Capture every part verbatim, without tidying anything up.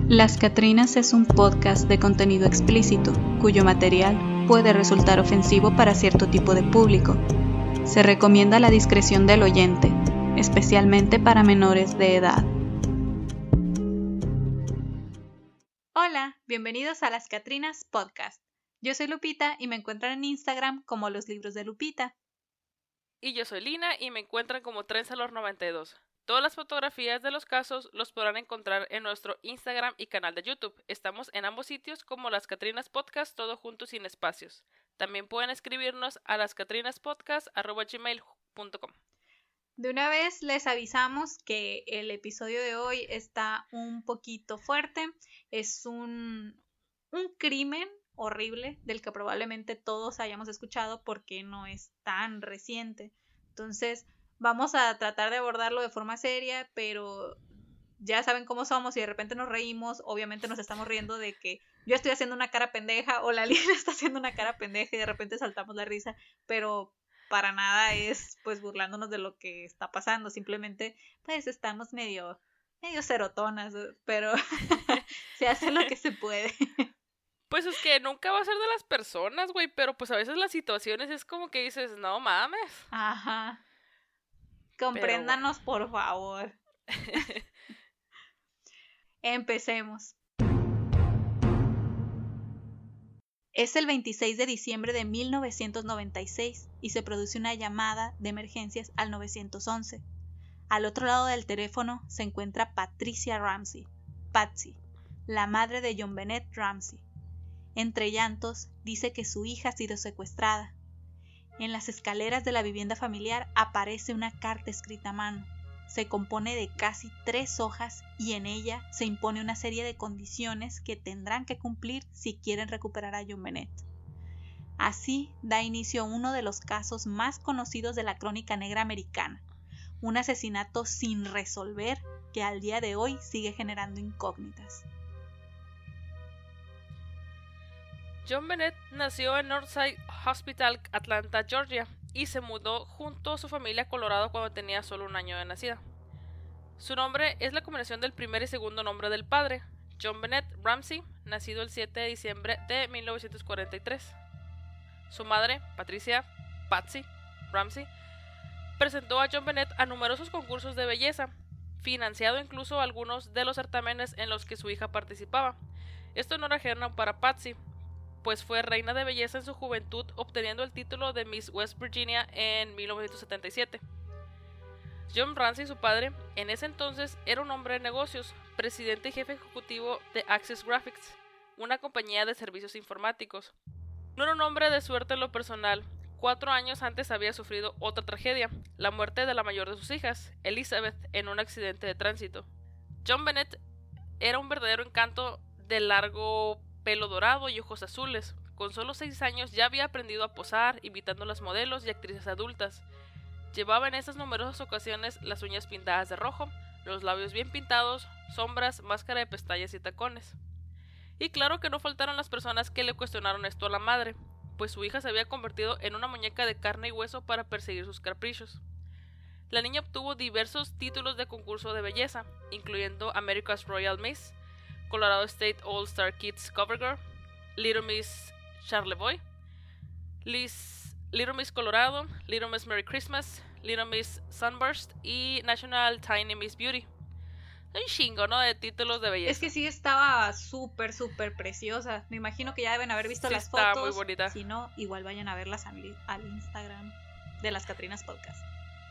Las Catrinas es un podcast de contenido explícito, cuyo material puede resultar ofensivo para cierto tipo de público. Se recomienda la discreción del oyente, especialmente para menores de edad. Hola, bienvenidos a Las Catrinas Podcast. Yo soy Lupita y me encuentran en Instagram como Los Libros de Lupita. Y yo soy Lina y me encuentran como Trenzalor noventa y dos. Todas las fotografías de los casos los podrán encontrar en nuestro Instagram y canal de YouTube. Estamos en ambos sitios como Las Catrinas Podcast, todo junto sin espacios. También pueden escribirnos a lascatrinaspodcast arroba gmail punto com. De una vez les avisamos que el episodio de hoy está un poquito fuerte. Es un, un crimen horrible del que probablemente todos hayamos escuchado porque no es tan reciente. Entonces vamos a tratar de abordarlo de forma seria, pero ya saben cómo somos y de repente nos reímos. Obviamente nos estamos riendo de que yo estoy haciendo una cara pendeja o la Lina está haciendo una cara pendeja y de repente saltamos la risa, pero para nada es pues burlándonos de lo que está pasando. Simplemente pues estamos medio, medio serotonas, pero se hace lo que se puede. Pues es que nunca va a ser de las personas, güey, pero pues a veces las situaciones es como que dices, no mames. Ajá. Compréndanos, bueno, por favor. Empecemos. Es el veintiséis de diciembre de mil novecientos noventa y seis y se produce una llamada de emergencias al nueve once. Al otro lado del teléfono se encuentra Patricia Ramsey, Patsy, la madre de John Bennett Ramsey. Entre llantos, dice que su hija ha sido secuestrada. En las escaleras de la vivienda familiar aparece una carta escrita a mano. Se compone de casi tres hojas y en ella se impone una serie de condiciones que tendrán que cumplir si quieren recuperar a John Bennett. Así da inicio a uno de los casos más conocidos de la crónica negra americana, un asesinato sin resolver que al día de hoy sigue generando incógnitas. John Bennett nació en Northside Hospital, Atlanta, Georgia, y se mudó junto a su familia a Colorado cuando tenía solo un año de nacida. Su nombre es la combinación del primer y segundo nombre del padre, John Bennett Ramsey, nacido el siete de diciembre de mil novecientos cuarenta y tres. Su madre, Patricia Patsy Ramsey, presentó a John Bennett a numerosos concursos de belleza, financiado incluso algunos de los certámenes en los que su hija participaba. Esto no era ajeno para Patsy, pues fue reina de belleza en su juventud, obteniendo el título de Miss West Virginia en mil novecientos setenta y siete. John Ramsey, su padre, en ese entonces era un hombre de negocios, presidente y jefe ejecutivo de Access Graphics, una compañía de servicios informáticos. No era un hombre de suerte en lo personal. Cuatro años antes había sufrido otra tragedia, la muerte de la mayor de sus hijas, Elizabeth, en un accidente de tránsito. John Bennett era un verdadero encanto de largo pelo dorado y ojos azules. Con solo seis años ya había aprendido a posar, imitando a las modelos y actrices adultas. Llevaba en esas numerosas ocasiones las uñas pintadas de rojo, los labios bien pintados, sombras, máscara de pestañas y tacones. Y claro que no faltaron las personas que le cuestionaron esto a la madre, pues su hija se había convertido en una muñeca de carne y hueso para perseguir sus caprichos. La niña obtuvo diversos títulos de concurso de belleza, incluyendo America's Royal Miss, Colorado State All-Star Kids Cover Girl, Little Miss Charlevoix, Liz, Little Miss Colorado, Little Miss Merry Christmas, Little Miss Sunburst y National Tiny Miss Beauty. Un chingo, ¿no? De títulos de belleza. Es que sí estaba súper, súper preciosa. Me imagino que ya deben haber visto sí, las está fotos. Muy bonita. Si no, igual vayan a verlas al, al Instagram de Las Catrinas Podcast.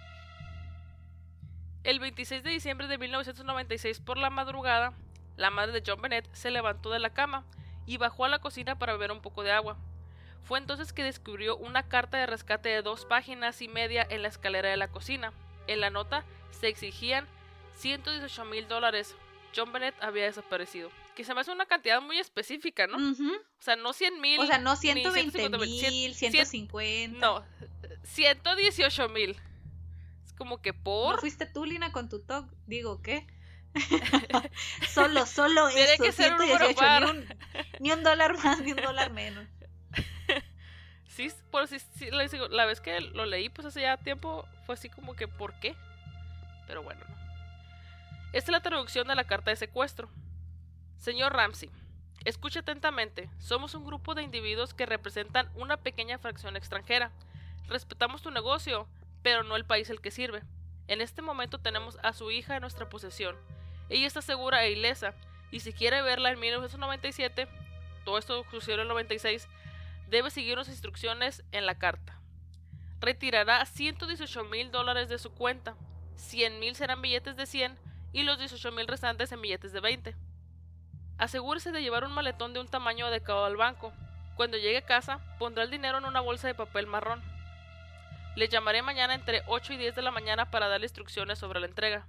El veintiséis de diciembre de mil novecientos noventa y seis por la madrugada, la madre de John Bennett se levantó de la cama y bajó a la cocina para beber un poco de agua. Fue entonces que descubrió una carta de rescate de dos páginas y media en la escalera de la cocina. En la nota se exigían ciento dieciocho mil dólares. John Bennett había desaparecido. Que se me hace una cantidad muy específica, ¿no? Uh-huh. O sea, no cien mil. O sea, no ciento veinte mil, ciento cincuenta. No, ciento dieciocho mil. Es como que por... ¿No fuiste tú, Lina, con tu talk? Digo, ¿qué? solo, solo Tiene eso, que ser un ciento dieciocho, par. ni un, ni un dólar más, ni un dólar menos. Sí, por si sí, la, la vez que lo leí, pues hace ya tiempo, fue así como que ¿por qué? Pero bueno, no. Esta es la traducción de la carta de secuestro. Señor Ramsey, escuche atentamente. Somos un grupo de individuos que representan una pequeña fracción extranjera. Respetamos tu negocio, pero no el país al que sirve. En este momento tenemos a su hija en nuestra posesión. Ella está segura e ilesa, y si quiere verla en mil novecientos noventa y siete, todo esto sucedió en el noventa y seis, debe seguir unas instrucciones en la carta. Retirará ciento dieciocho mil dólares de su cuenta, cien mil serán billetes de cien y los dieciocho mil restantes en billetes de veinte. Asegúrese de llevar un maletón de un tamaño adecuado al banco. Cuando llegue a casa, pondrá el dinero en una bolsa de papel marrón. Le llamaré mañana entre ocho y diez de la mañana para darle instrucciones sobre la entrega.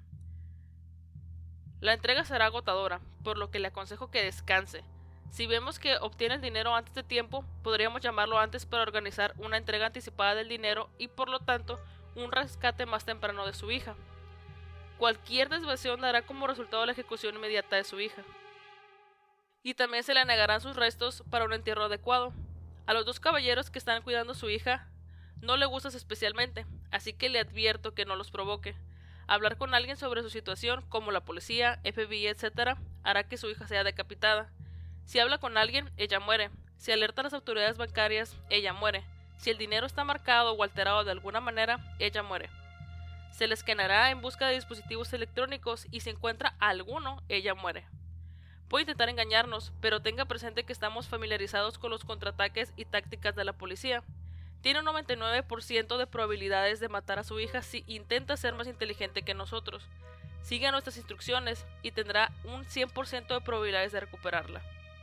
La entrega será agotadora, por lo que le aconsejo que descanse. Si vemos que obtiene el dinero antes de tiempo, podríamos llamarlo antes para organizar una entrega anticipada del dinero y por lo tanto un rescate más temprano de su hija. Cualquier desviación dará como resultado la ejecución inmediata de su hija. Y también se le negarán sus restos para un entierro adecuado. A los dos caballeros que están cuidando a su hija no le gustas especialmente, así que le advierto que no los provoque. Hablar con alguien sobre su situación, como la policía, F B I, etcétera, hará que su hija sea decapitada. Si habla con alguien, ella muere. Si alerta a las autoridades bancarias, ella muere. Si el dinero está marcado o alterado de alguna manera, ella muere. Se le escaneará en busca de dispositivos electrónicos y si encuentra alguno, ella muere. Puede intentar engañarnos, pero tenga presente que estamos familiarizados con los contraataques y tácticas de la policía. Tiene un noventa y nueve por ciento de probabilidades de matar a su hija si intenta ser más inteligente que nosotros. Siga nuestras instrucciones y tendrá un cien por ciento de probabilidades de recuperarla.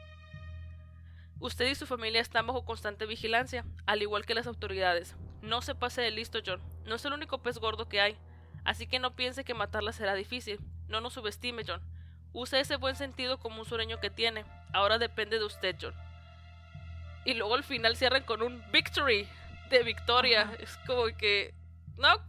Usted y su familia están bajo constante vigilancia, al igual que las autoridades. No se pase de listo, John. No es el único pez gordo que hay, así que no piense que matarla será difícil. No nos subestime, John. Use ese buen sentido como un sureño que tiene. Ahora depende de usted, John. Y luego al final cierran con un victory de victoria. Ajá. Es como que... No, ok.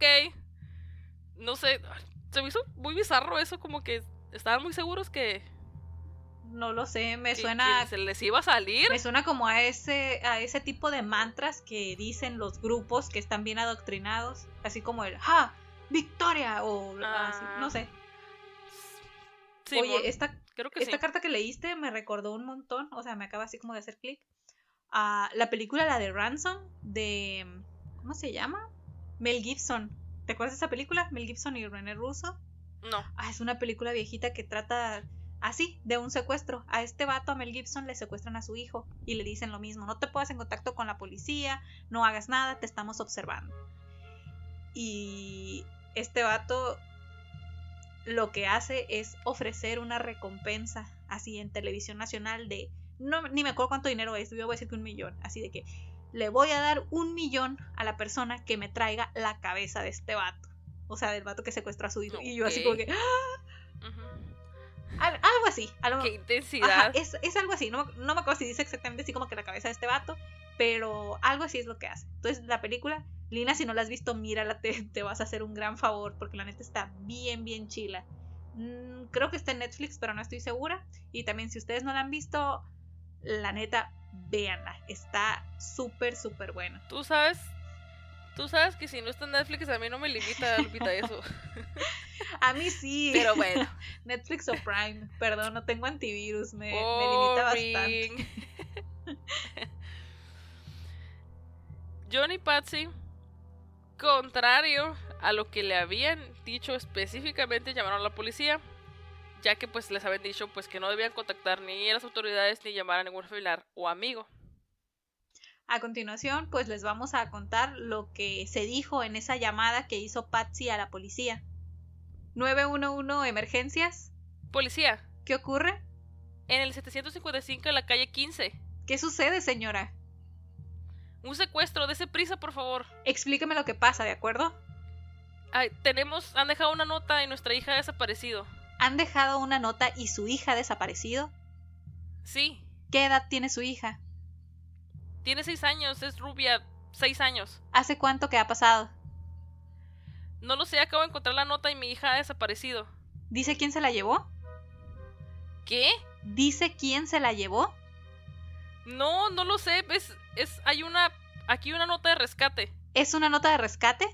No sé. Se me hizo muy bizarro eso, como que estaban muy seguros que... No lo sé, me que, suena... Que se les iba a salir. Me suena como a ese, a ese tipo de mantras que dicen los grupos que están bien adoctrinados. Así como el ¡ja! ¡Victoria! O ah. así, no sé. Sí, Oye, bueno, esta, creo que esta sí. carta que leíste me recordó un montón. O sea, me acaba así como de hacer clic. Uh, la película, la de Ransom, de... ¿Cómo se llama? Mel Gibson. ¿Te acuerdas de esa película? Mel Gibson y René Russo. No. Ah, es una película viejita que trata... Así, de un secuestro. A este vato, a Mel Gibson, le secuestran a su hijo y le dicen lo mismo. No te pongas en contacto con la policía, no hagas nada, te estamos observando. Y este vato lo que hace es ofrecer una recompensa así en televisión nacional de... No, ni me acuerdo cuánto dinero es, yo voy a decir que un millón. Así de que le voy a dar un millón a la persona que me traiga la cabeza de este vato. O sea, del vato que secuestra a su hijo. Okay. Y yo así como que... ¡ah! Uh-huh. Al, algo así. Algo, ¡qué intensidad! Ajá, es, es algo así. No, no me acuerdo si dice exactamente así como que la cabeza de este vato, pero algo así es lo que hace. Entonces la película, Lina, si no la has visto, mírala, te, te vas a hacer un gran favor, porque la neta está bien, bien chila. Mm, creo que está en Netflix, pero no estoy segura. Y también si ustedes no la han visto, la neta, véanla. Está súper, súper buena. Tú sabes... Tú sabes que si no está en Netflix a mí no me limita, Lupita, eso. A mí sí. Pero bueno. Netflix o Prime. Perdón, no tengo antivirus. Me, me limita bastante. John y Patsy, contrario a lo que le habían dicho específicamente, llamaron a la policía, ya que pues les habían dicho pues que no debían contactar ni a las autoridades ni llamar a ningún familiar o amigo. A continuación, pues les vamos a contar lo que se dijo en esa llamada que hizo Patsy a la policía. nueve uno uno, emergencias. Policía. ¿Qué ocurre? En el setecientos cincuenta y cinco de la calle quince. ¿Qué sucede, señora? Un secuestro, dese prisa, por favor. Explíqueme lo que pasa, ¿de acuerdo? Ay, tenemos, han dejado una nota y nuestra hija ha desaparecido. ¿Han dejado una nota y su hija ha desaparecido? Sí. ¿Qué edad tiene su hija? Tiene seis años, es rubia, seis años. ¿Hace cuánto que ha pasado? No lo sé, acabo de encontrar la nota y mi hija ha desaparecido. ¿Dice quién se la llevó? ¿Qué? ¿Dice quién se la llevó? No, no lo sé, es, es, hay una, aquí una nota de rescate. ¿Es una nota de rescate?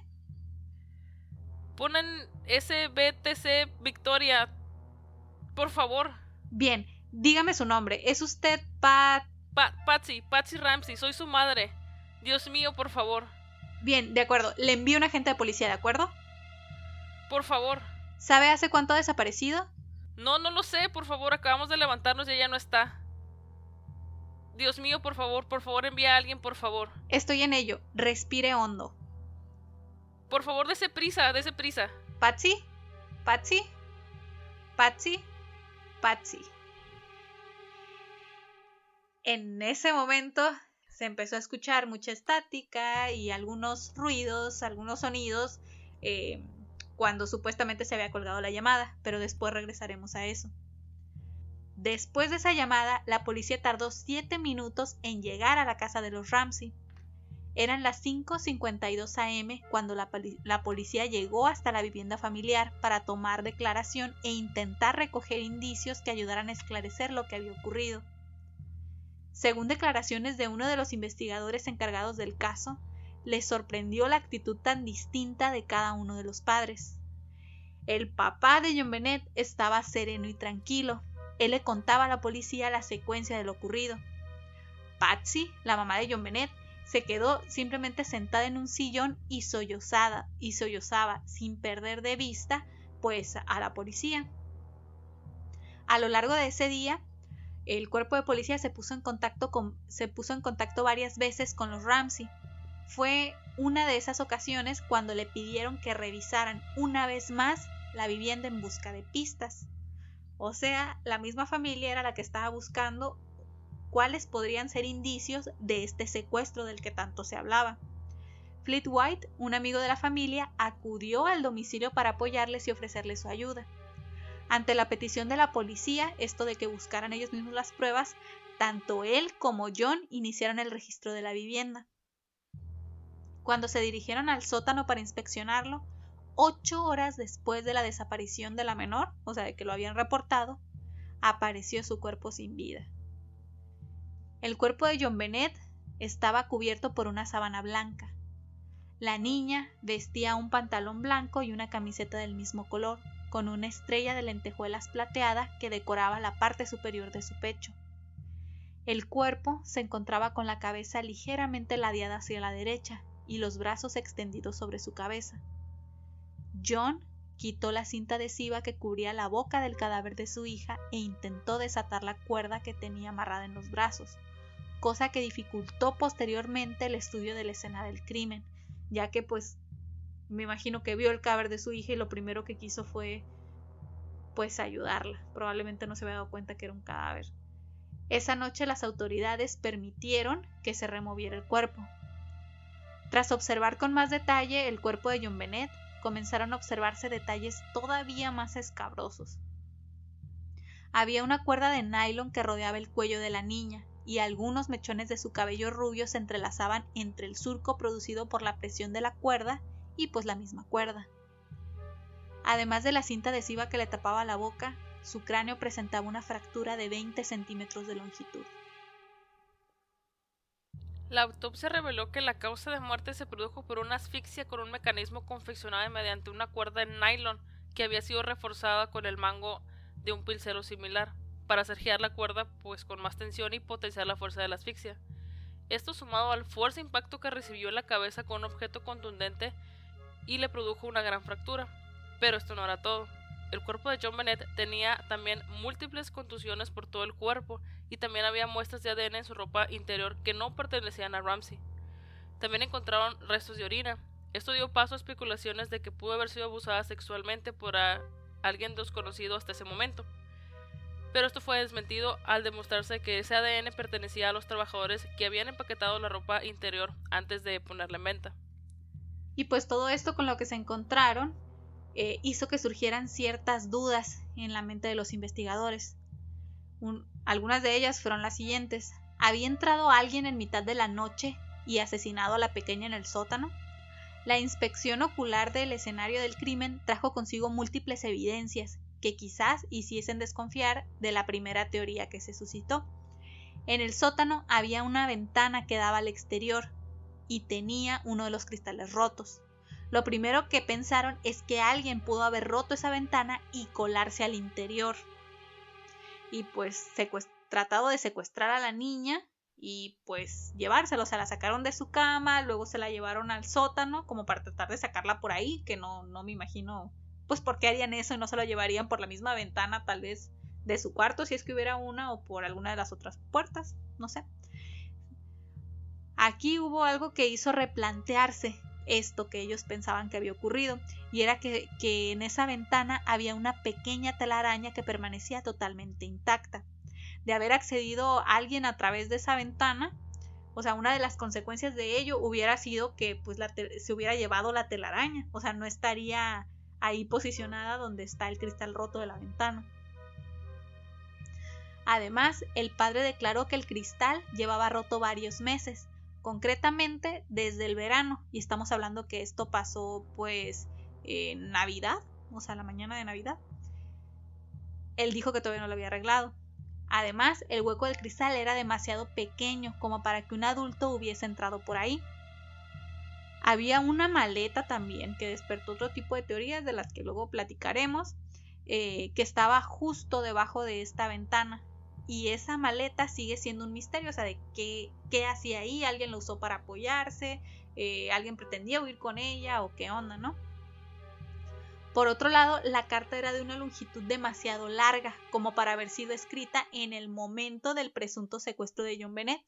Ponen S B T C Victoria, por favor. Bien, Dígame su nombre. ¿Es usted Pat...? Pa Patsy, Patsy Ramsey, soy su madre. Dios mío, por favor. Bien, de acuerdo. Le envío un agente de policía, ¿de acuerdo? Por favor. ¿Sabe hace cuánto ha desaparecido? No, no lo sé, por favor, acabamos de levantarnos y ella no está. Dios mío, por favor, por favor, envía a alguien, por favor. Estoy en ello. Respire hondo. Por favor, dese prisa, dese prisa. ¿Patsy? ¿Patsy? ¿Patsy? ¿Patsy? En ese momento se empezó a escuchar mucha estática y algunos ruidos, algunos sonidos, eh, cuando supuestamente se había colgado la llamada, pero después regresaremos a eso. Después de esa llamada, la policía tardó siete minutos en llegar a la casa de los Ramsey. Eran las cinco cincuenta y dos a eme cuando la, la policía llegó hasta la vivienda familiar para tomar declaración e intentar recoger indicios que ayudaran a esclarecer lo que había ocurrido. Según declaraciones de uno de los investigadores encargados del caso, les sorprendió la actitud tan distinta de cada uno de los padres. El papá de JonBenét estaba sereno y tranquilo. Él le contaba a la policía la secuencia de lo ocurrido. Patsy, la mamá de JonBenét, se quedó simplemente sentada en un sillón y sollozada, y sollozaba sin perder de vista, pues, a la policía. A lo largo de ese día, el cuerpo de policía se puso en contacto con, se puso en contacto varias veces con los Ramsey. Fue una de esas ocasiones cuando le pidieron que revisaran una vez más la vivienda en busca de pistas. O sea, la misma familia era la que estaba buscando cuáles podrían ser indicios de este secuestro del que tanto se hablaba. Fleet White, un amigo de la familia, acudió al domicilio para apoyarles y ofrecerles su ayuda. Ante la petición de la policía, esto de que buscaran ellos mismos las pruebas, tanto él como John iniciaron el registro de la vivienda. Cuando se dirigieron al sótano para inspeccionarlo, ocho horas después de la desaparición de la menor, o sea, de que lo habían reportado, apareció su cuerpo sin vida. El cuerpo de JonBenét estaba cubierto por una sábana blanca. La niña vestía un pantalón blanco y una camiseta del mismo color, con una estrella de lentejuelas plateada que decoraba la parte superior de su pecho. El cuerpo se encontraba con la cabeza ligeramente ladeada hacia la derecha y los brazos extendidos sobre su cabeza. John quitó la cinta adhesiva que cubría la boca del cadáver de su hija e intentó desatar la cuerda que tenía amarrada en los brazos, cosa que dificultó posteriormente el estudio de la escena del crimen, ya que pues me imagino que vio el cadáver de su hija y lo primero que quiso fue pues ayudarla. Probablemente no se había dado cuenta que era un cadáver. Esa noche las autoridades permitieron que se removiera el cuerpo. Tras observar con más detalle el cuerpo de JonBenét, comenzaron a observarse detalles todavía más escabrosos. Había una cuerda de nylon que rodeaba el cuello de la niña y algunos mechones de su cabello rubio se entrelazaban entre el surco producido por la presión de la cuerda y pues la misma cuerda. Además de la cinta adhesiva que le tapaba la boca, su cráneo presentaba una fractura de veinte centímetros de longitud. La autopsia reveló que la causa de muerte se produjo por una asfixia con un mecanismo confeccionado mediante una cuerda en nylon que había sido reforzada con el mango de un pincel similar, para hacer girar la cuerda pues con más tensión y potenciar la fuerza de la asfixia. Esto sumado al fuerte impacto que recibió en la cabeza con un objeto contundente y le produjo una gran fractura. Pero esto no era todo. El cuerpo de JonBenét tenía también múltiples contusiones por todo el cuerpo y también había muestras de A D N en su ropa interior que no pertenecían a Ramsey. También encontraron restos de orina. Esto dio paso a especulaciones de que pudo haber sido abusada sexualmente por a alguien desconocido hasta ese momento. Pero esto fue desmentido al demostrarse que ese A D N pertenecía a los trabajadores que habían empaquetado la ropa interior antes de ponerla en venta. Y pues todo esto con lo que se encontraron eh, hizo que surgieran ciertas dudas en la mente de los investigadores. Un, algunas de ellas fueron las siguientes. ¿Había entrado alguien en mitad de la noche y asesinado a la pequeña en el sótano? La inspección ocular del escenario del crimen trajo consigo múltiples evidencias que quizás hiciesen desconfiar de la primera teoría que se suscitó. En el sótano había una ventana que daba al exterior y tenía uno de los cristales rotos. Lo primero que pensaron es que alguien pudo haber roto esa ventana y colarse al interior. y pues secuest- tratado de secuestrar a la niña y pues llevársela. O sea, la sacaron de su cama, luego se la llevaron al sótano como para tratar de sacarla por ahí, que no, no me imagino pues por qué harían eso y no se lo llevarían por la misma ventana tal vez de su cuarto si es que hubiera una, o por alguna de las otras puertas, no sé. Aquí hubo algo que hizo replantearse esto que ellos pensaban que había ocurrido, y era que, que en esa ventana había una pequeña telaraña que permanecía totalmente intacta. De haber accedido alguien a través de esa ventana, o sea, una de las consecuencias de ello hubiera sido que pues la te- se hubiera llevado la telaraña, o sea, no estaría ahí posicionada donde está el cristal roto de la ventana. Además, el padre declaró que el cristal llevaba roto varios meses, concretamente desde el verano, y estamos hablando que esto pasó pues en Navidad, o sea, la mañana de Navidad. Él dijo que todavía no lo había arreglado. Además, el hueco del cristal era demasiado pequeño como para que un adulto hubiese entrado por ahí. Había una maleta también que despertó otro tipo de teorías de las que luego platicaremos, eh, que estaba justo debajo de esta ventana. Y esa maleta sigue siendo un misterio, o sea, de qué, qué hacía ahí, alguien lo usó para apoyarse, eh, alguien pretendía huir con ella o qué onda, ¿no? Por otro lado, la carta era de una longitud demasiado larga como para haber sido escrita en el momento del presunto secuestro de John Bennett.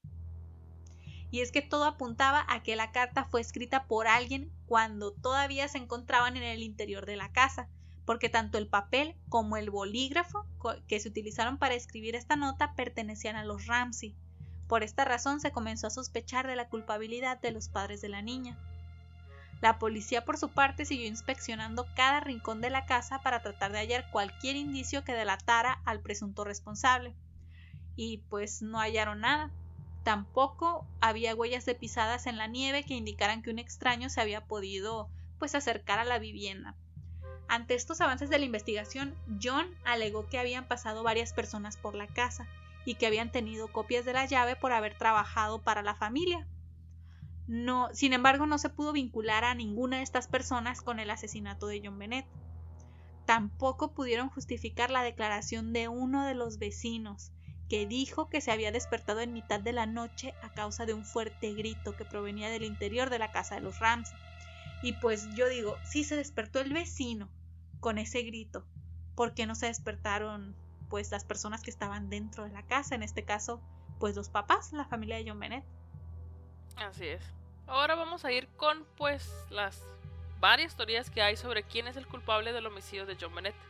Y es que todo apuntaba a que la carta fue escrita por alguien cuando todavía se encontraban en el interior de la casa, porque tanto el papel como el bolígrafo que se utilizaron para escribir esta nota pertenecían a los Ramsey. Por esta razón se comenzó a sospechar de la culpabilidad de los padres de la niña. La policía, por su parte, siguió inspeccionando cada rincón de la casa para tratar de hallar cualquier indicio que delatara al presunto responsable. Y pues no hallaron nada. Tampoco había huellas de pisadas en la nieve que indicaran que un extraño se había podido pues acercar a la vivienda. Ante estos avances de la investigación, John alegó que habían pasado varias personas por la casa y que habían tenido copias de la llave por haber trabajado para la familia. No, sin embargo, no se pudo vincular a ninguna de estas personas con el asesinato de John Bennett. Tampoco pudieron justificar la declaración de uno de los vecinos, que dijo que se había despertado en mitad de la noche a causa de un fuerte grito que provenía del interior de la casa de los Ramsey. Y pues yo digo, si se despertó el vecino con ese grito, ¿por qué no se despertaron pues las personas que estaban dentro de la casa? En este caso, pues los papás, la familia de John Bennett. Así es. Ahora vamos a ir con pues las varias teorías que hay sobre quién es el culpable del homicidio de John Bennett.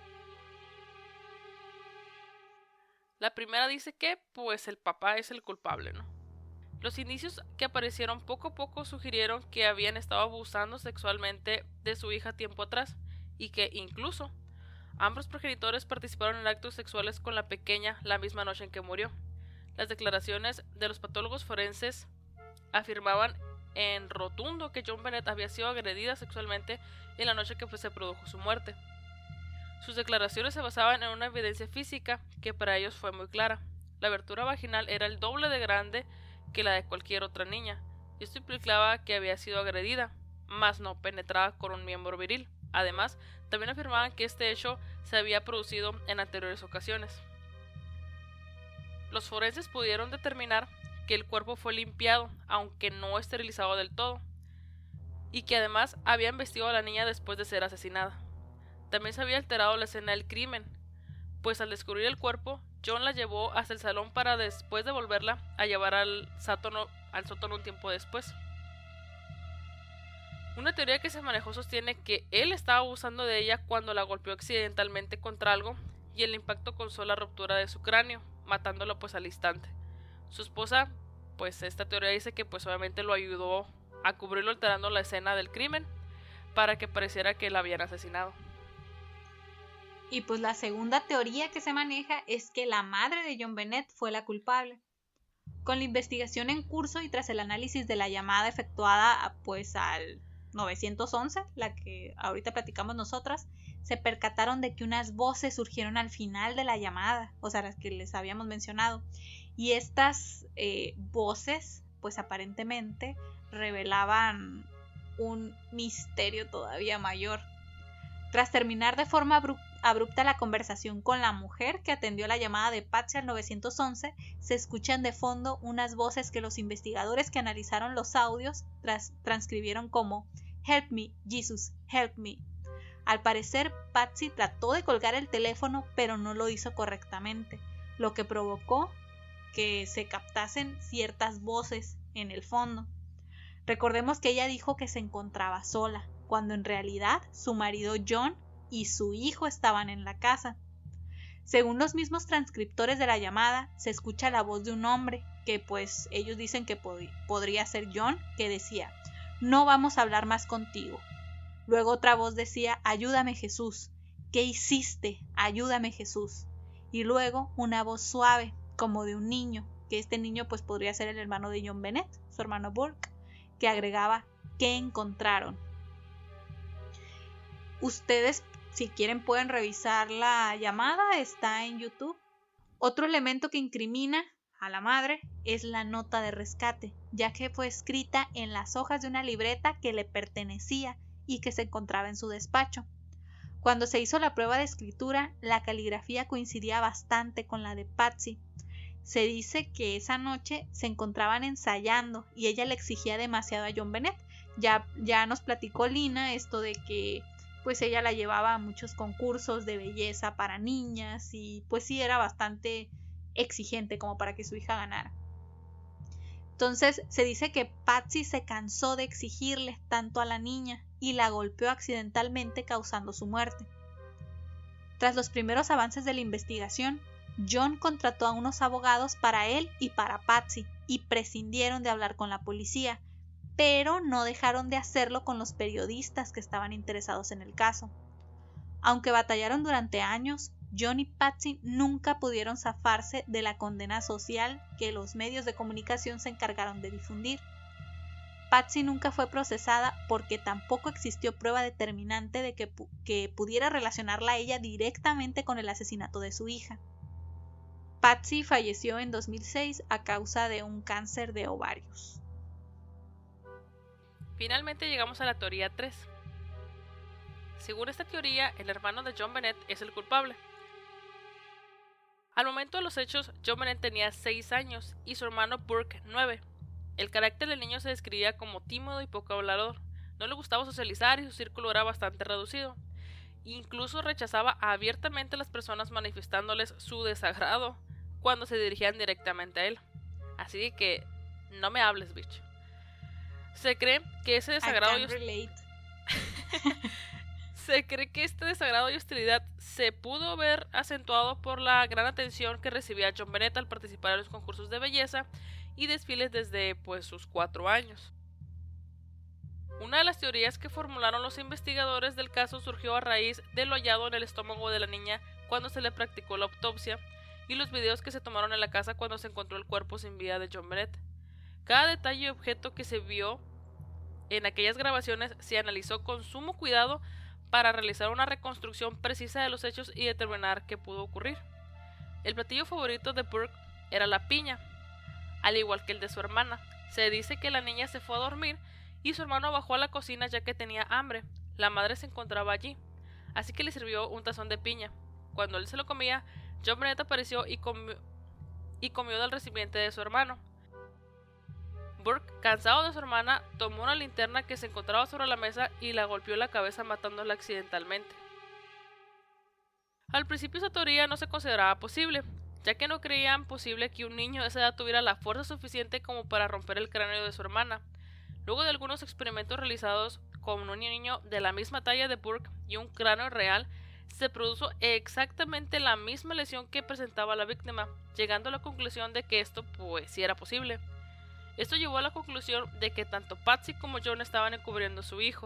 La primera dice que pues el papá es el culpable, ¿no? Los indicios que aparecieron poco a poco sugirieron que habían estado abusando sexualmente de su hija tiempo atrás y que incluso ambos progenitores participaron en actos sexuales con la pequeña la misma noche en que murió. Las declaraciones de los patólogos forenses afirmaban en rotundo que John Bennett había sido agredida sexualmente en la noche que pues, se produjo su muerte. Sus declaraciones se basaban en una evidencia física que para ellos fue muy clara. La abertura vaginal era el doble de grande que la de cualquier otra niña, y esto implicaba que había sido agredida, mas no penetrada con un miembro viril. Además, también afirmaban que este hecho se había producido en anteriores ocasiones. Los forenses pudieron determinar que el cuerpo fue limpiado, aunque no esterilizado del todo, y que además habían vestido a la niña después de ser asesinada. También se había alterado la escena del crimen, pues al descubrir el cuerpo, John la llevó hasta el salón para después devolverla a llevar al sótano, al sótano un tiempo después. Una teoría que se manejó sostiene que él estaba abusando de ella cuando la golpeó accidentalmente contra algo y el impacto causó la ruptura de su cráneo, matándolo pues al instante. Su esposa, pues esta teoría dice que pues obviamente lo ayudó a cubrirlo alterando la escena del crimen para que pareciera que la habían asesinado. Y pues la segunda teoría que se maneja es que la madre de John Bennett fue la culpable. Con la investigación en curso y tras el análisis de la llamada efectuada pues al nueve once, la que ahorita platicamos nosotras, se percataron de que unas voces surgieron al final de la llamada, o sea, las que les habíamos mencionado, y estas eh, voces pues aparentemente revelaban un misterio todavía mayor. Tras terminar de forma abrupta la conversación con la mujer que atendió la llamada de Patsy al nueve once, se escuchan de fondo unas voces que los investigadores que analizaron los audios tras transcribieron como "Help me, Jesus, help me". Al parecer, Patsy trató de colgar el teléfono, pero no lo hizo correctamente, lo que provocó que se captasen ciertas voces en el fondo. Recordemos que ella dijo que se encontraba sola, cuando en realidad su marido John y su hijo estaban en la casa. Según los mismos transcriptores de la llamada, se escucha la voz de un hombre, que pues ellos dicen que pod- podría ser John, que decía: "No vamos a hablar más contigo". Luego otra voz decía: "Ayúdame, Jesús. ¿Qué hiciste? Ayúdame, Jesús". Y luego una voz suave, como de un niño, que este niño pues podría ser el hermano de John Bennett, su hermano Burke, que agregaba: "¿Qué encontraron?". Ustedes, si quieren, pueden revisar la llamada, está en YouTube. Otro elemento que incrimina a la madre es la nota de rescate, ya que fue escrita en las hojas de una libreta que le pertenecía y que se encontraba en su despacho. Cuando se hizo la prueba de escritura, la caligrafía coincidía bastante con la de Patsy. Se dice que esa noche se encontraban ensayando y ella le exigía demasiado a John Bennett. Ya, ya nos platicó Lina esto de que pues ella la llevaba a muchos concursos de belleza para niñas y pues sí era bastante exigente como para que su hija ganara. Entonces se dice que Patsy se cansó de exigirle tanto a la niña y la golpeó accidentalmente, causando su muerte. Tras los primeros avances de la investigación, John contrató a unos abogados para él y para Patsy y prescindieron de hablar con la policía, pero no dejaron de hacerlo con los periodistas que estaban interesados en el caso. Aunque batallaron durante años, John y Patsy nunca pudieron zafarse de la condena social que los medios de comunicación se encargaron de difundir. Patsy nunca fue procesada porque tampoco existió prueba determinante de que, pu- que pudiera relacionarla a ella directamente con el asesinato de su hija. Patsy falleció en dos mil seis a causa de un cáncer de ovarios. Finalmente llegamos a la teoría tres. Según esta teoría, el hermano de John Bennett es el culpable. Al momento de los hechos, John Bennett tenía seis años y su hermano Burke nueve. El carácter del niño se describía como tímido y poco hablador. No le gustaba socializar y su círculo era bastante reducido. Incluso rechazaba abiertamente a las personas manifestándoles su desagrado cuando se dirigían directamente a él. Así que no me hables, bitch. Se cree que ese desagrado y relate. Se cree que este desagrado y hostilidad se pudo ver acentuado por la gran atención que recibía John Bennett al participar en los concursos de belleza y desfiles desde pues sus cuatro años. Una de las teorías que formularon los investigadores del caso surgió a raíz de lo hallado en el estómago de la niña cuando se le practicó la autopsia y los videos que se tomaron en la casa cuando se encontró el cuerpo sin vida de John Bennett. Cada detalle y objeto que se vio en aquellas grabaciones se analizó con sumo cuidado para realizar una reconstrucción precisa de los hechos y determinar qué pudo ocurrir. El platillo favorito de Burke era la piña, al igual que el de su hermana. Se dice que la niña se fue a dormir y su hermano bajó a la cocina ya que tenía hambre. La madre se encontraba allí, así que le sirvió un tazón de piña. Cuando él se lo comía, John Bennett apareció y comió, y comió del recipiente de su hermano. Burke, cansado de su hermana, tomó una linterna que se encontraba sobre la mesa y la golpeó en la cabeza matándola accidentalmente. Al principio esa teoría no se consideraba posible, ya que no creían posible que un niño de esa edad tuviera la fuerza suficiente como para romper el cráneo de su hermana. Luego de algunos experimentos realizados con un niño de la misma talla de Burke y un cráneo real, se produjo exactamente la misma lesión que presentaba la víctima, llegando a la conclusión de que esto pues sí era posible. Esto llevó a la conclusión de que tanto Patsy como John estaban encubriendo a su hijo.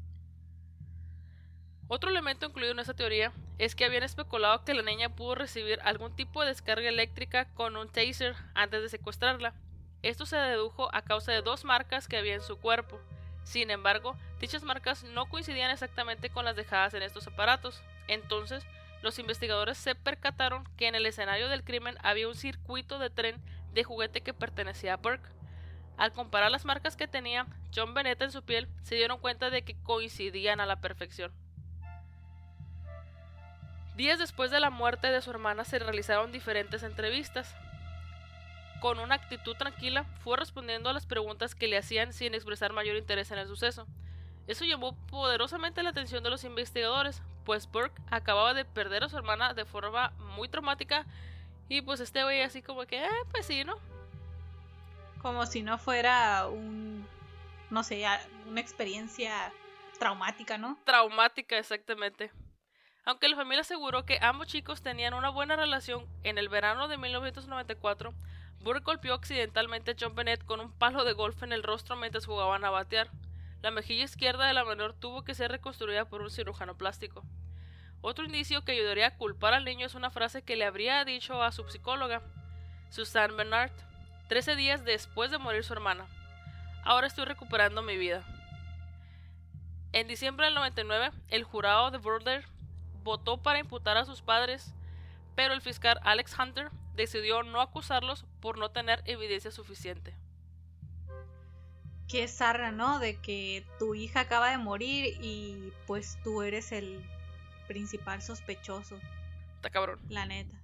Otro elemento incluido en esta teoría es que habían especulado que la niña pudo recibir algún tipo de descarga eléctrica con un taser antes de secuestrarla. Esto se dedujo a causa de dos marcas que había en su cuerpo. Sin embargo, dichas marcas no coincidían exactamente con las dejadas en estos aparatos. Entonces, los investigadores se percataron que en el escenario del crimen había un circuito de tren de juguete que pertenecía a Burke. Al comparar las marcas que tenía John Bennett en su piel, se dieron cuenta de que coincidían a la perfección. Días después de la muerte de su hermana se realizaron diferentes entrevistas. Con una actitud tranquila, fue respondiendo a las preguntas que le hacían sin expresar mayor interés en el suceso. Eso llamó poderosamente la atención de los investigadores, pues Burke acababa de perder a su hermana de forma muy traumática y pues este güey así como que, eh, pues sí, ¿no? Como si no fuera un, no sé, una experiencia traumática, ¿no? Traumática, exactamente. Aunque la familia aseguró que ambos chicos tenían una buena relación, en el verano de mil novecientos noventa y cuatro, Burke golpeó accidentalmente a John Bennett con un palo de golf en el rostro mientras jugaban a batear. La mejilla izquierda de la menor tuvo que ser reconstruida por un cirujano plástico. Otro indicio que ayudaría a culpar al niño es una frase que le habría dicho a su psicóloga, Susan Bernard, trece días después de morir su hermana. Ahora estoy recuperando mi vida. En diciembre del noventa y nueve, el jurado de Boulder votó para imputar a sus padres, pero el fiscal Alex Hunter decidió no acusarlos por no tener evidencia suficiente. Qué zarra, ¿no? De que tu hija acaba de morir y pues tú eres el principal sospechoso. Está cabrón. La neta.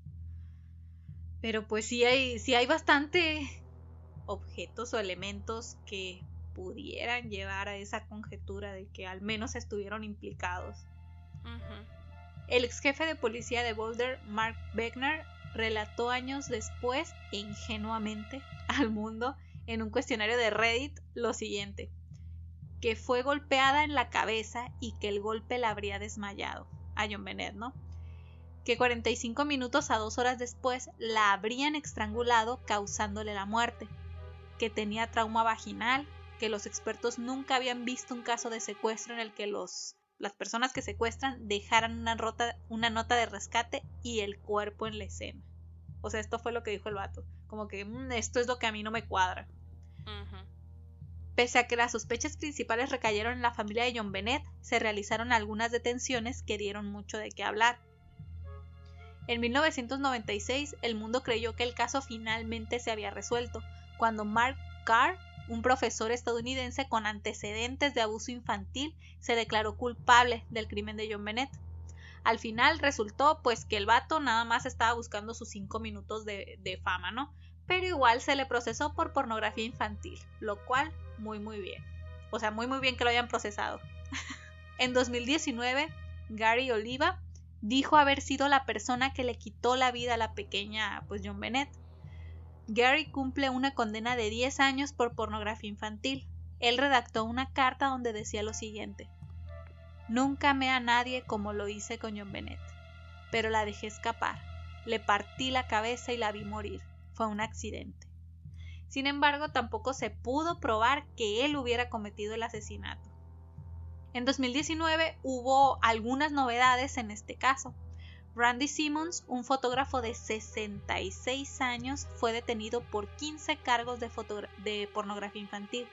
Pero pues sí hay, sí hay bastante objetos o elementos que pudieran llevar a esa conjetura de que al menos estuvieron implicados. Uh-huh. El ex jefe de policía de Boulder, Mark Beckner, relató años después, e ingenuamente, al mundo, en un cuestionario de Reddit, lo siguiente: que fue golpeada en la cabeza y que el golpe la habría desmayado a John Bennett, ¿no? Que cuarenta y cinco minutos a dos horas después la habrían estrangulado causándole la muerte, que tenía trauma vaginal, que los expertos nunca habían visto un caso de secuestro en el que los, las personas que secuestran dejaran una, rota, una nota de rescate y el cuerpo en la escena. O sea, esto fue lo que dijo el vato. Como que mmm, esto es lo que a mí no me cuadra. Uh-huh. Pese a que las sospechas principales recayeron en la familia de John Bennett, se realizaron algunas detenciones que dieron mucho de qué hablar. En mil novecientos noventa y seis, el mundo creyó que el caso finalmente se había resuelto, cuando Mark Carr, un profesor estadounidense con antecedentes de abuso infantil, se declaró culpable del crimen de John Bennett. Al final resultó pues que el vato nada más estaba buscando sus cinco minutos de, de fama, ¿no? Pero igual se le procesó por pornografía infantil, lo cual muy muy bien. O sea, muy muy bien que lo hayan procesado. En dos mil diecinueve, Gary Oliva dijo haber sido la persona que le quitó la vida a la pequeña pues John Bennett. Gary cumple una condena de diez años por pornografía infantil. Él redactó una carta donde decía lo siguiente: nunca amé a nadie como lo hice con John Bennett, pero la dejé escapar. Le partí la cabeza y la vi morir. Fue un accidente. Sin embargo, tampoco se pudo probar que él hubiera cometido el asesinato. En dos mil diecinueve hubo algunas novedades en este caso. Randy Simmons, un fotógrafo de sesenta y seis años, fue detenido por quince cargos de, fotogra- de pornografía infantil.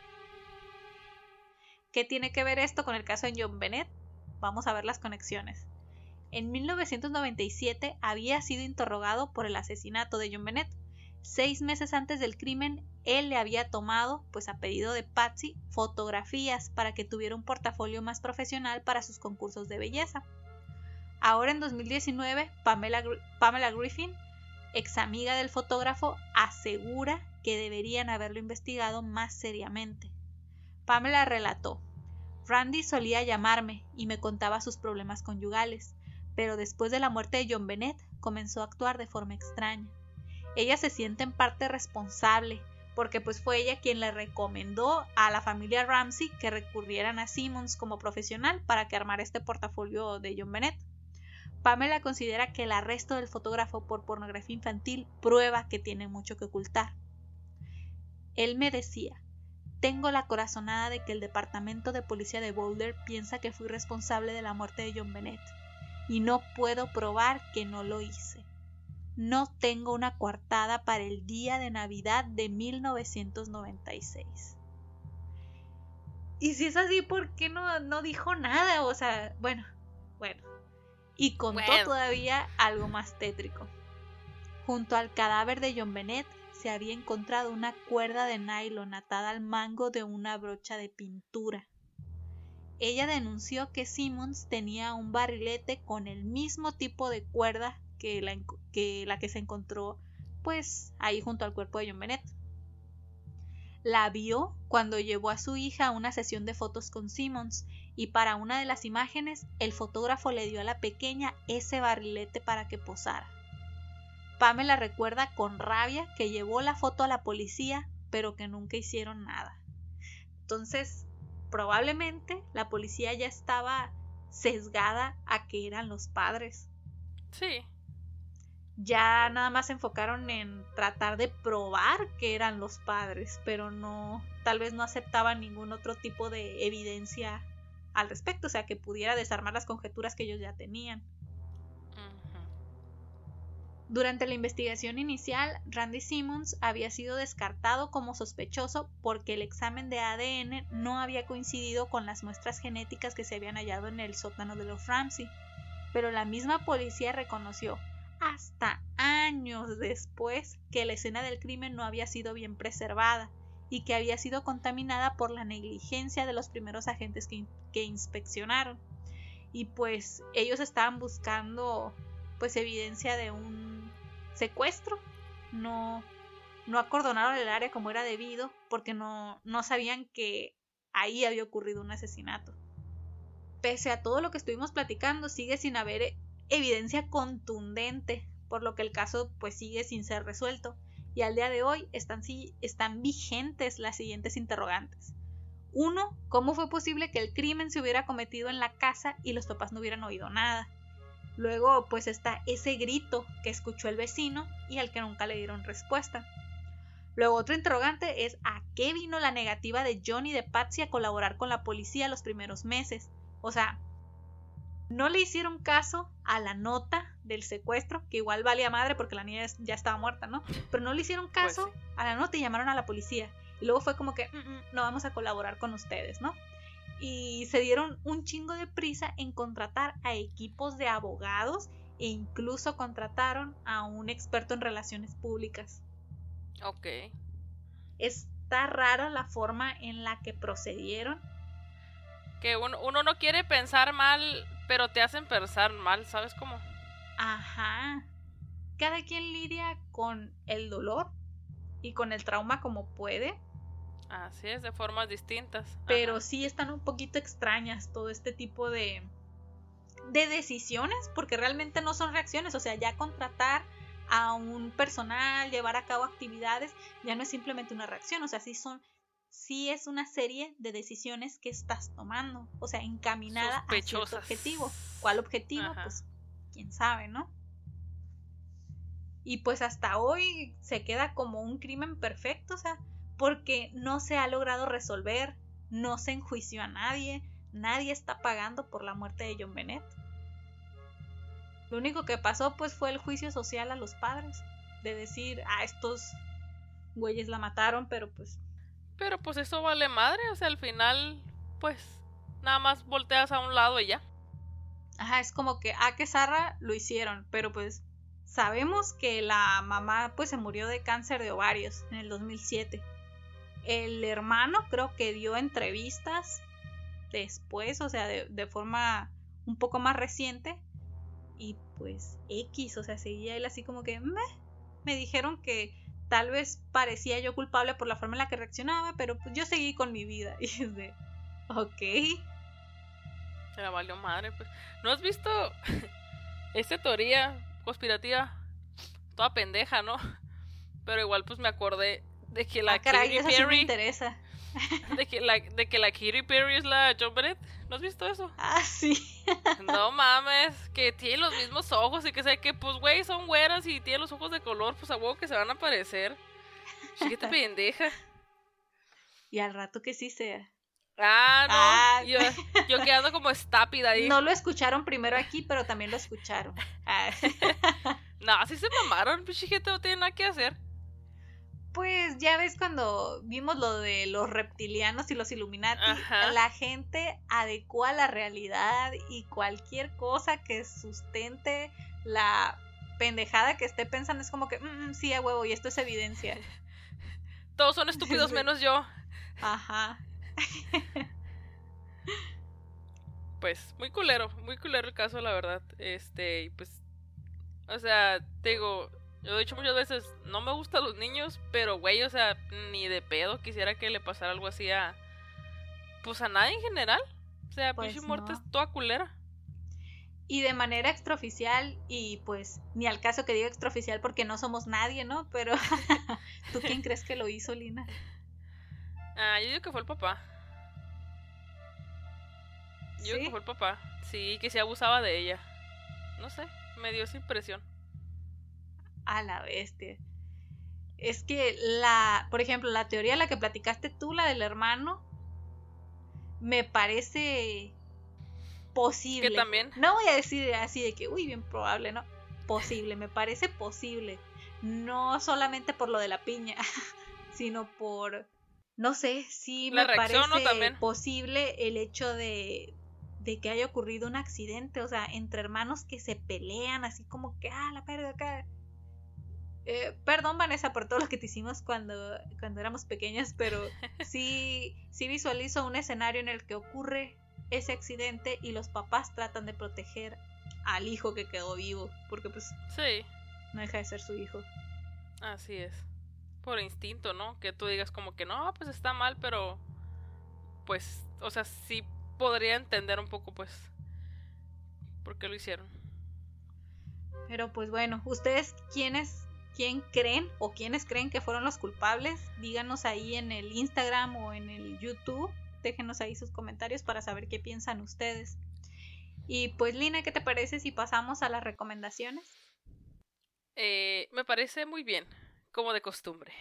¿Qué tiene que ver esto con el caso de John Bennett? Vamos a ver las conexiones. En mil novecientos noventa y siete había sido interrogado por el asesinato de John Bennett. Seis meses antes del crimen, él le había tomado, pues a pedido de Patsy, fotografías para que tuviera un portafolio más profesional para sus concursos de belleza. Ahora en dos mil diecinueve, Pamela, Pamela Griffin, ex amiga del fotógrafo, asegura que deberían haberlo investigado más seriamente. Pamela relató: Randy solía llamarme y me contaba sus problemas conyugales, pero después de la muerte de John Bennett comenzó a actuar de forma extraña. Ella se siente en parte responsable, porque pues fue ella quien le recomendó a la familia Ramsey que recurrieran a Simmons como profesional para que armara este portafolio de John Bennett. Pamela considera que el arresto del fotógrafo por pornografía infantil prueba que tiene mucho que ocultar. Él me decía: tengo la corazonada de que el departamento de policía de Boulder piensa que fui responsable de la muerte de John Bennett, y no puedo probar que no lo hice. No tengo una coartada para el día de Navidad de mil novecientos noventa y seis. Y si es así, ¿por qué no, no dijo nada? O sea, bueno, bueno. Y contó bueno. todavía algo más tétrico. Junto al cadáver de John Bennett se había encontrado una cuerda de nylon atada al mango de una brocha de pintura. ella denunció que Simmons tenía un barrilete con el mismo tipo de cuerda que la que, la que se encontró pues ahí junto al cuerpo de John Bennett. La vio cuando llevó a su hija a una sesión de fotos con Simmons y para una de las imágenes el fotógrafo le dio a la pequeña ese barrilete para que posara. Pamela recuerda con rabia que llevó la foto a la policía, pero que nunca hicieron nada. Entonces, probablemente la policía ya estaba sesgada a que eran los padres. Sí. Ya nada más se enfocaron en tratar de probar que eran los padres, pero no, tal vez no aceptaban ningún otro tipo de evidencia al respecto, o sea, que pudiera desarmar las conjeturas que ellos ya tenían. Durante la investigación inicial, Randy Simmons había sido descartado como sospechoso porque el examen de A D N no había coincidido con las muestras genéticas que se habían hallado en el sótano de los Ramsey, pero la misma policía reconoció hasta años después que la escena del crimen no había sido bien preservada y que había sido contaminada por la negligencia de los primeros agentes que, que inspeccionaron. Y pues ellos estaban buscando pues evidencia de un secuestro, no, no acordonaron el área como era debido porque no, no sabían que ahí había ocurrido un asesinato. Pese a todo lo que estuvimos platicando, sigue sin haber evidencia contundente, por lo que el caso pues sigue sin ser resuelto y al día de hoy están, están vigentes las siguientes interrogantes. Uno, ¿cómo fue posible que el crimen se hubiera cometido en la casa y los papás no hubieran oído nada? Luego pues está ese grito que escuchó el vecino y al que nunca le dieron respuesta. Luego otro interrogante es ¿a qué vino la negativa de John y de Patsy a colaborar con la policía los primeros meses? O sea, no le hicieron caso a la nota del secuestro, que igual valía madre porque la niña ya estaba muerta, ¿no? Pero no le hicieron caso pues sí. a la nota y llamaron a la policía. Y luego fue como que, mm, mm, no vamos a colaborar con ustedes, ¿no? Y se dieron un chingo de prisa en contratar a equipos de abogados e incluso contrataron a un experto en relaciones públicas. Ok. Está rara la forma en la que procedieron. Que uno, uno no quiere pensar mal, pero te hacen pensar mal, ¿sabes cómo? Ajá. Cada quien lidia con el dolor y con el trauma como puede. Así es, de formas distintas. Pero Ajá. sí están un poquito extrañas todo este tipo de, de decisiones, porque realmente no son reacciones. O sea, ya contratar a un personal, llevar a cabo actividades, ya no es simplemente una reacción. O sea, sí son, sí es una serie de decisiones que estás tomando. O sea, encaminada a cierto objetivo. ¿Cuál objetivo? Ajá. Pues quién sabe, ¿no? Y pues hasta hoy se queda como un crimen perfecto, o sea, porque no se ha logrado resolver, no se enjuició a nadie, nadie está pagando por la muerte de John Bennett. Lo único que pasó pues fue el juicio social a los padres, de decir, ah, estos güeyes la mataron, pero pues... Pero pues eso vale madre, o sea, al final, pues, nada más volteas a un lado y ya. Ajá, es como que, ah, que zarra, lo hicieron, pero pues sabemos que la mamá pues se murió de cáncer de ovarios en el dos mil siete. El hermano creo que dio entrevistas después, o sea, de, de forma un poco más reciente. Y pues X, o sea, seguía él así como que meh. Me dijeron que tal vez parecía yo culpable por la forma en la que reaccionaba, pero pues yo seguí con mi vida. Y es de, ok. Se la valió madre, pues. ¿No has visto esta teoría conspirativa? Toda pendeja, ¿no? Pero igual pues me acordé de que la ah, caray, Katy eso Perry... sí me interesa. De que, la, de que la Katy Perry es la John Bennett. ¿No has visto eso? Ah, sí. No mames, que tiene los mismos ojos y que sé que, pues, güey, son güeras y tienen los ojos de color, pues a huevo que se van a parecer. Chiquita pendeja. Y al rato que sí sea. Ah, no. Ah. Yo, yo quedando como estápida ahí. No lo escucharon primero aquí, pero también lo escucharon. Ah. No, así se mamaron, pues chiquita, no tiene nada que hacer. Pues ya ves cuando vimos lo de los reptilianos y los Illuminati, ajá, la gente adecua la realidad y cualquier cosa que sustente la pendejada que esté pensando es como que, mmm, sí, a huevo, y esto es evidencia. Todos son estúpidos menos yo. Ajá. pues, muy culero, muy culero el caso, la verdad. Este, y pues, o sea, te digo, yo he dicho muchas veces, no me gustan los niños, pero güey, o sea, ni de pedo quisiera que le pasara algo así a, pues a nadie en general. O sea, Pues pinche muerte no. es toda culera. Y de manera extraoficial, y pues ni al caso que diga extraoficial porque no somos nadie, ¿no? Pero ¿tú quién crees que lo hizo, Lina? Ah, yo digo que fue el papá. Yo digo que ¿Sí? fue el papá. Sí, que se abusaba de ella. No sé, me dio esa impresión. A la bestia. Es que la, por ejemplo, la teoría la que platicaste tú, la del hermano, me parece posible. Que también. No voy a decir así de que, uy, bien probable, ¿no? Posible, me parece posible. No solamente por lo de la piña, sino por, no sé, sí La me reacción, ¿no? parece También. posible el hecho de, de que haya ocurrido un accidente, o sea, entre hermanos que se pelean, así como que, ah, la pérdida acá. Eh, perdón, Vanessa, por todo lo que te hicimos cuando, cuando éramos pequeñas, pero sí, sí visualizo un escenario en el que ocurre ese accidente y los papás tratan de proteger al hijo que quedó vivo, porque pues Sí, no deja de ser su hijo. así es. Por instinto, ¿no? Que tú digas como que no, pues está mal, pero pues, o sea, sí podría entender un poco, pues, por qué lo hicieron. Pero pues bueno, ¿ustedes quiénes, quién creen o quiénes creen que fueron los culpables? Díganos ahí en el Instagram o en el YouTube, déjenos ahí sus comentarios para saber qué piensan ustedes. Y pues Lina, ¿qué te parece si pasamos a las recomendaciones? Eh, me parece muy bien, como de costumbre.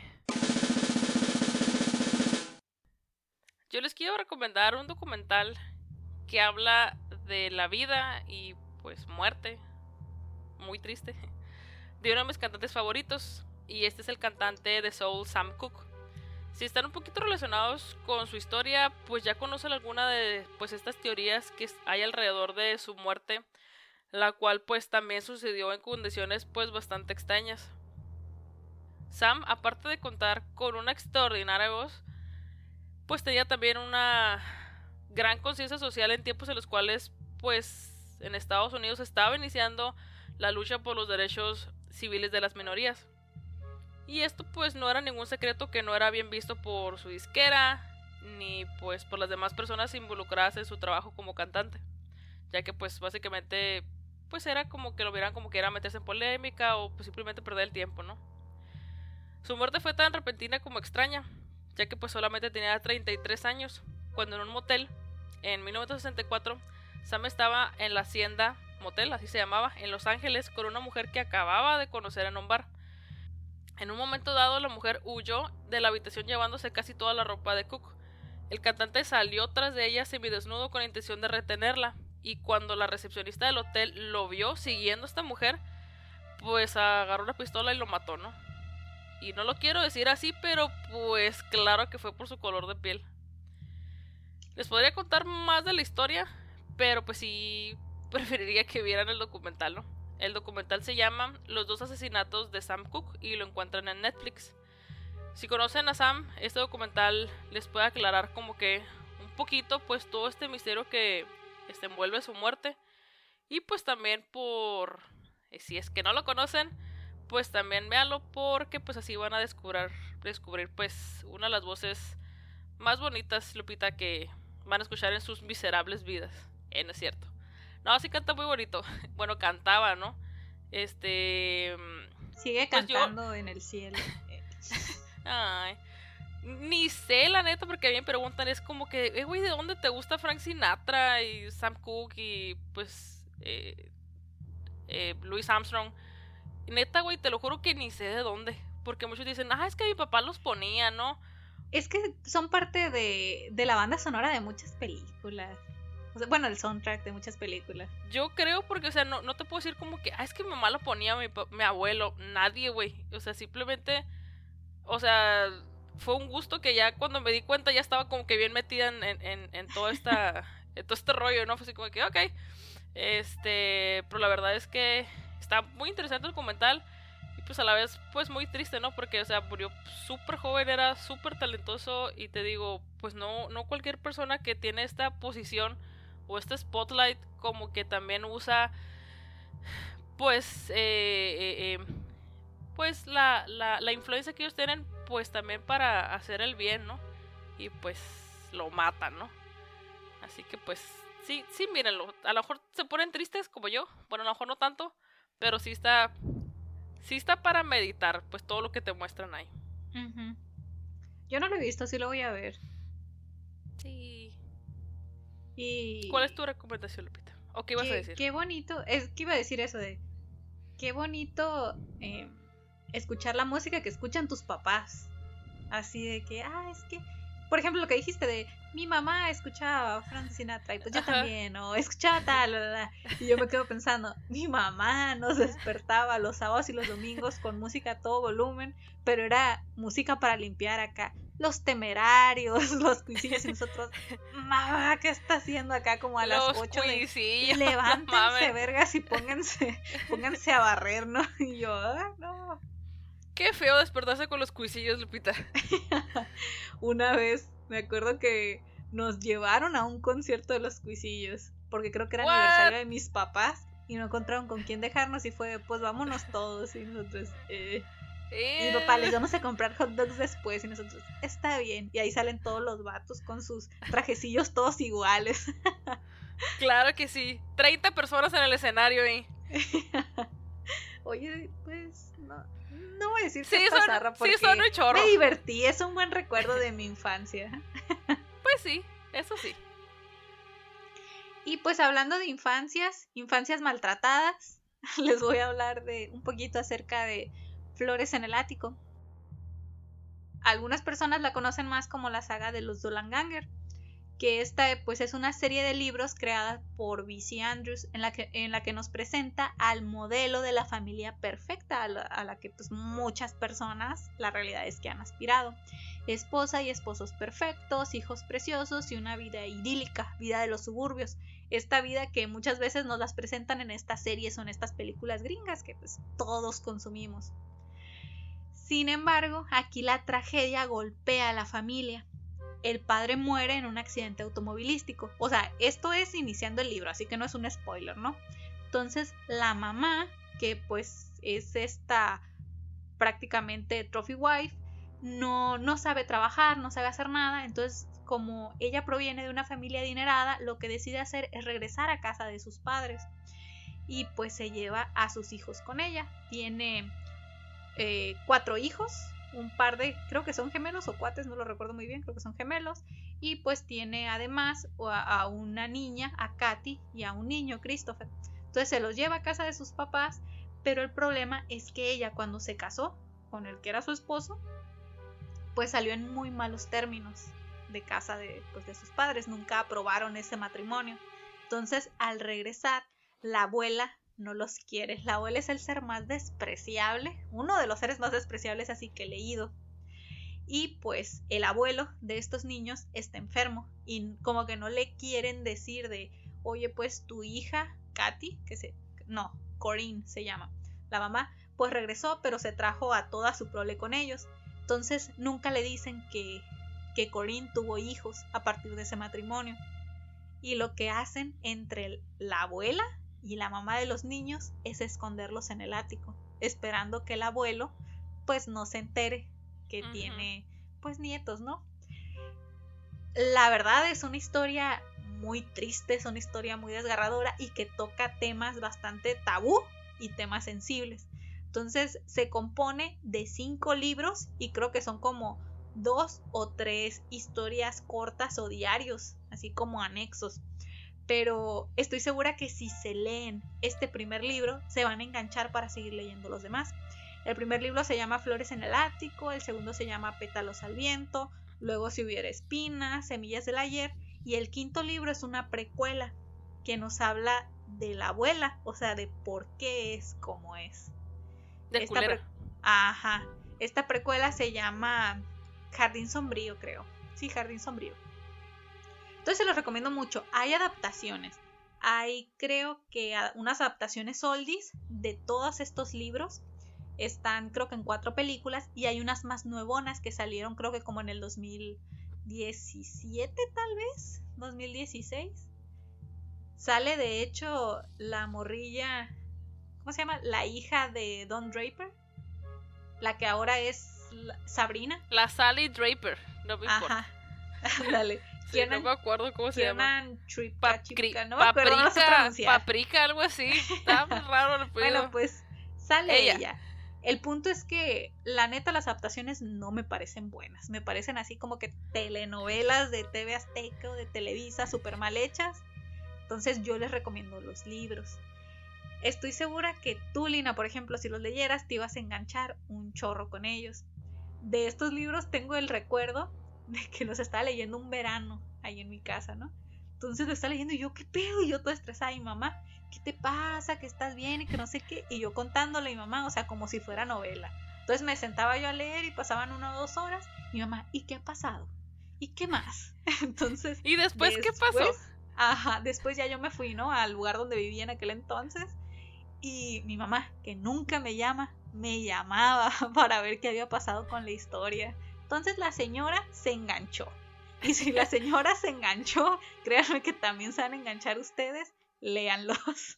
Yo les quiero recomendar un documental que habla de la vida y pues muerte, muy triste, de uno de mis cantantes favoritos, y este es el cantante de soul Sam Cooke. Si están un poquito relacionados con su historia, pues ya conocen alguna de pues estas teorías que hay alrededor de su muerte, la cual pues también sucedió en condiciones pues bastante extrañas. Sam, aparte de contar con una extraordinaria voz, pues tenía también una gran conciencia social en tiempos en los cuales pues en Estados Unidos estaba iniciando la lucha por los derechos civiles de las minorías. Y esto pues no era ningún secreto que no era bien visto por su disquera ni pues por las demás personas involucradas en su trabajo como cantante, ya que pues básicamente pues era como que lo vieran como que era meterse en polémica o pues simplemente perder el tiempo, ¿no? Su muerte fue tan repentina como extraña, ya que pues solamente tenía treinta y tres años, cuando en un motel, en mil novecientos sesenta y cuatro, Sam estaba en la hacienda motel, así se llamaba, en Los Ángeles, con una mujer que acababa de conocer en un bar. En un momento dado, la mujer huyó de la habitación llevándose casi toda la ropa de Cooke. El cantante salió tras de ella semidesnudo con la intención de retenerla, y cuando la recepcionista del hotel lo vio siguiendo a esta mujer, pues agarró una pistola y lo mató, ¿no? Y no lo quiero decir así, pero pues claro que fue por su color de piel. Les podría contar más de la historia, pero pues sí preferiría que vieran el documental, ¿no? El documental se llama Los dos asesinatos de Sam Cooke y lo encuentran en Netflix. Si conocen a Sam, este documental les puede aclarar como que un poquito pues todo este misterio que este, envuelve su muerte. Y pues también por, si es que no lo conocen, pues también véanlo porque pues así van a descubrir, descubrir pues una de las voces más bonitas, Lupita, que van a escuchar en sus miserables vidas. Eh, no es cierto. No, sí canta muy bonito. Bueno, cantaba, ¿no? Este... Sigue pues cantando yo... en el cielo. Ay... Ni sé, la neta, porque a mí me preguntan, es como que, eh, güey, ¿de dónde te gusta Frank Sinatra y Sam Cooke y, pues, eh, eh, Louis Armstrong? Neta, güey, te lo juro que ni sé de dónde, porque muchos dicen, ah, es que mi papá los ponía, ¿no? Es que son parte de, de la banda sonora de muchas películas. O sea, bueno, el soundtrack de muchas películas. Yo creo porque, o sea, no, no te puedo decir como que, ah, es que mi mamá lo ponía, mi, mi abuelo, nadie, güey. O sea, simplemente, o sea, fue un gusto que ya cuando me di cuenta ya estaba como que bien metida en, en, en, en toda esta, en todo este rollo, ¿no? Fue así como que, ok. Este, pero la verdad es que está muy interesante el documental y pues a la vez pues muy triste, ¿no? Porque, o sea, murió súper joven, era súper talentoso y te digo, pues no, no cualquier persona que tiene esta posición o este Spotlight como que también usa pues eh, eh, eh, pues la, la, la influencia que ellos tienen pues también para hacer el bien, ¿no? Y pues lo matan, ¿no? Así que pues sí, sí, mírenlo. A lo mejor se ponen tristes como yo, bueno, a lo mejor no tanto, pero sí está sí está para meditar, pues todo lo que te muestran ahí. Uh-huh. Yo no lo he visto, sí lo voy a ver. Sí. Y... ¿Cuál es tu recomendación, Lupita? ¿O qué ibas qué, a decir? Qué bonito, es que iba a decir eso de qué bonito eh, escuchar la música que escuchan tus papás. Así de que, ah, es que, por ejemplo, lo que dijiste de mi mamá escuchaba Frank Sinatra y pues yo Ajá. también, o escuchaba tal, bla, bla, bla. Y yo me quedo pensando, mi mamá nos despertaba los sábados y los domingos con música a todo volumen, pero era música para limpiar acá. Los Temerarios, los Cuisillos, y nosotros, mamá, ¿qué está haciendo acá como a las ocho de levántense, vergas, y pónganse, pónganse a barrer, ¿no? Y yo, ah, no. Qué feo despertarse con los Cuisillos, Lupita. Una vez me acuerdo que nos llevaron a un concierto de los Cuisillos, porque creo que era What? aniversario de mis papás, y no encontraron con quién dejarnos, y fue, pues vámonos todos, y nosotros, eh... Y mi papá les vamos a comprar hot dogs después. Y nosotros, está bien. Y ahí salen todos los vatos con sus trajecillos todos iguales. Claro que sí. treinta personas en el escenario ahí. Oye, pues no, no voy a decir sí, que es son, pazarra porque sí, son un chorro. Me divertí. Es un buen recuerdo de mi infancia. Pues sí, eso sí. Y pues hablando de infancias, infancias maltratadas, les voy a hablar de un poquito acerca de Flores en el ático. Algunas personas la conocen más como la saga de los Dollanganger, que esta pues es una serie de libros creada por V C Andrews en la que, en la que nos presenta al modelo de la familia perfecta a la, a la que pues muchas personas la realidad es que han aspirado. Esposa y esposos perfectos, hijos preciosos y una vida idílica, vida de los suburbios. Esta vida que muchas veces nos las presentan en estas series o en estas películas gringas que pues todos consumimos. Sin embargo, aquí la tragedia golpea a la familia. El padre muere en un accidente automovilístico. O sea, esto es iniciando el libro, así que no es un spoiler, ¿no? Entonces, la mamá, que pues es esta prácticamente trophy wife, no, no sabe trabajar, no sabe hacer nada. Entonces, como ella proviene de una familia adinerada, lo que decide hacer es regresar a casa de sus padres. Y pues se lleva a sus hijos con ella. Tiene... Eh, cuatro hijos, un par de, creo que son gemelos o cuates, no lo recuerdo muy bien, creo que son gemelos, y pues tiene además a, a una niña, a Katy, y a un niño, Christopher. Entonces se los lleva a casa de sus papás, pero el problema es que ella cuando se casó con el que era su esposo, pues salió en muy malos términos de casa de, pues, de sus padres, nunca aprobaron ese matrimonio. Entonces al regresar, la abuela no los quiere. La abuela es el ser más despreciable, uno de los seres más despreciables así que he leído. Y pues el abuelo de estos niños está enfermo y como que no le quieren decir de, oye, pues tu hija, Katy, que se, no, Corinne se llama, la mamá, pues regresó, pero se trajo a toda su prole con ellos. Entonces nunca le dicen que, que Corinne tuvo hijos a partir de ese matrimonio. Y lo que hacen entre la abuela y la mamá de los niños es esconderlos en el ático, esperando que el abuelo pues no se entere que uh-huh. tiene pues nietos, ¿no? La verdad es una historia muy triste, es una historia muy desgarradora y que toca temas bastante tabú y temas sensibles. Entonces se compone de cinco libros y creo que son como dos o tres historias cortas o diarios, así como anexos. Pero estoy segura que si se leen este primer libro se van a enganchar para seguir leyendo los demás. El primer libro se llama Flores en el ático, el segundo se llama Pétalos al viento, luego Si hubiera espinas, Semillas del ayer, y el quinto libro es una precuela que nos habla de la abuela, o sea, de por qué es como es. De esta pre- Ajá. Esta precuela se llama Jardín Sombrío, creo. Sí, Jardín Sombrío. Entonces se los recomiendo mucho. Hay adaptaciones. Hay creo que unas adaptaciones oldies de todos estos libros. Están creo que en cuatro películas. Y hay unas más nuevonas que salieron creo que como en el dos mil diecisiete tal vez. dos mil dieciséis. Sale de hecho la morrilla, ¿cómo se llama? La hija de Don Draper, la que ahora es Sabrina. La Sally Draper, no me importa. Ajá, dale. Sí, no me acuerdo cómo se llama. Paprika, no me acuerdo, no lo sé pronunciar. Paprika, algo así. Está muy raro el pedo. Bueno, pues sale ella. ella. El punto es que, la neta, las adaptaciones no me parecen buenas. Me parecen así como que telenovelas de T V Azteca o de Televisa súper mal hechas. Entonces yo les recomiendo los libros. Estoy segura que tú, Lina, por ejemplo, si los leyeras, te ibas a enganchar un chorro con ellos. De estos libros tengo el recuerdo de que los estaba leyendo un verano ahí en mi casa, ¿no? Entonces lo estaba leyendo y yo, ¿qué pedo? Y yo toda estresada, y mamá, ¿qué te pasa? ¿Que estás bien? Y que no sé qué. Y yo contándole a mi mamá, o sea, como si fuera novela. Entonces me sentaba yo a leer y pasaban una o dos horas. Y mi mamá, ¿y qué ha pasado? ¿Y qué más? Entonces... ¿Y después, después qué pasó? Ajá, después ya yo me fui, ¿no? Al lugar donde vivía en aquel entonces. Y mi mamá, que nunca me llama, me llamaba para ver qué había pasado con la historia. Entonces la señora se enganchó. Y si la señora se enganchó, créanme que también se van a enganchar ustedes. Léanlos.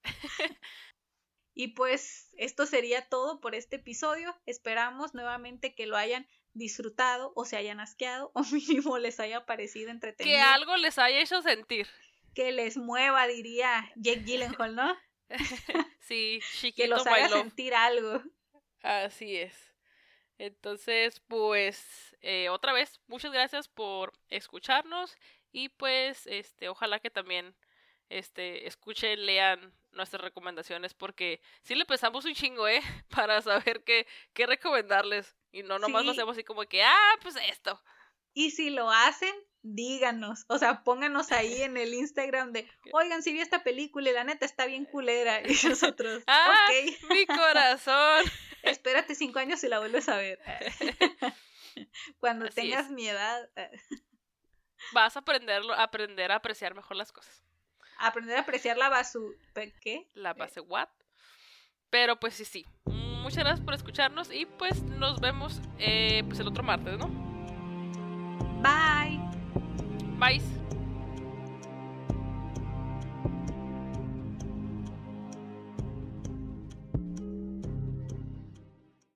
Y pues esto sería todo por este episodio. Esperamos nuevamente que lo hayan disfrutado o se hayan asqueado o mínimo les haya parecido entretenido. Que algo les haya hecho sentir. Que les mueva, diría Jake Gyllenhaal, ¿no? Sí, chiquito que los haga bailó. sentir algo. Así es. Entonces, pues, eh, otra vez, muchas gracias por escucharnos y pues, este, ojalá que también, este, escuchen, lean nuestras recomendaciones porque sí le pensamos un chingo, ¿eh? Para saber qué, qué recomendarles y no nomás sí. lo hacemos así como que, ah, pues esto. Y si lo hacen, díganos, o sea, pónganos ahí en el Instagram de, oigan, si vi esta película y la neta está bien culera, y nosotros, ah, ok. Mi corazón. Espérate cinco años y la vuelves a ver. Cuando Así tengas es. mi edad. Vas a aprenderlo, aprender a apreciar mejor las cosas. Aprender a apreciar la basu... ¿Qué? La base what? Pero pues sí, sí. Muchas gracias por escucharnos y pues nos vemos eh, pues el otro martes, ¿no? Bye. Bye.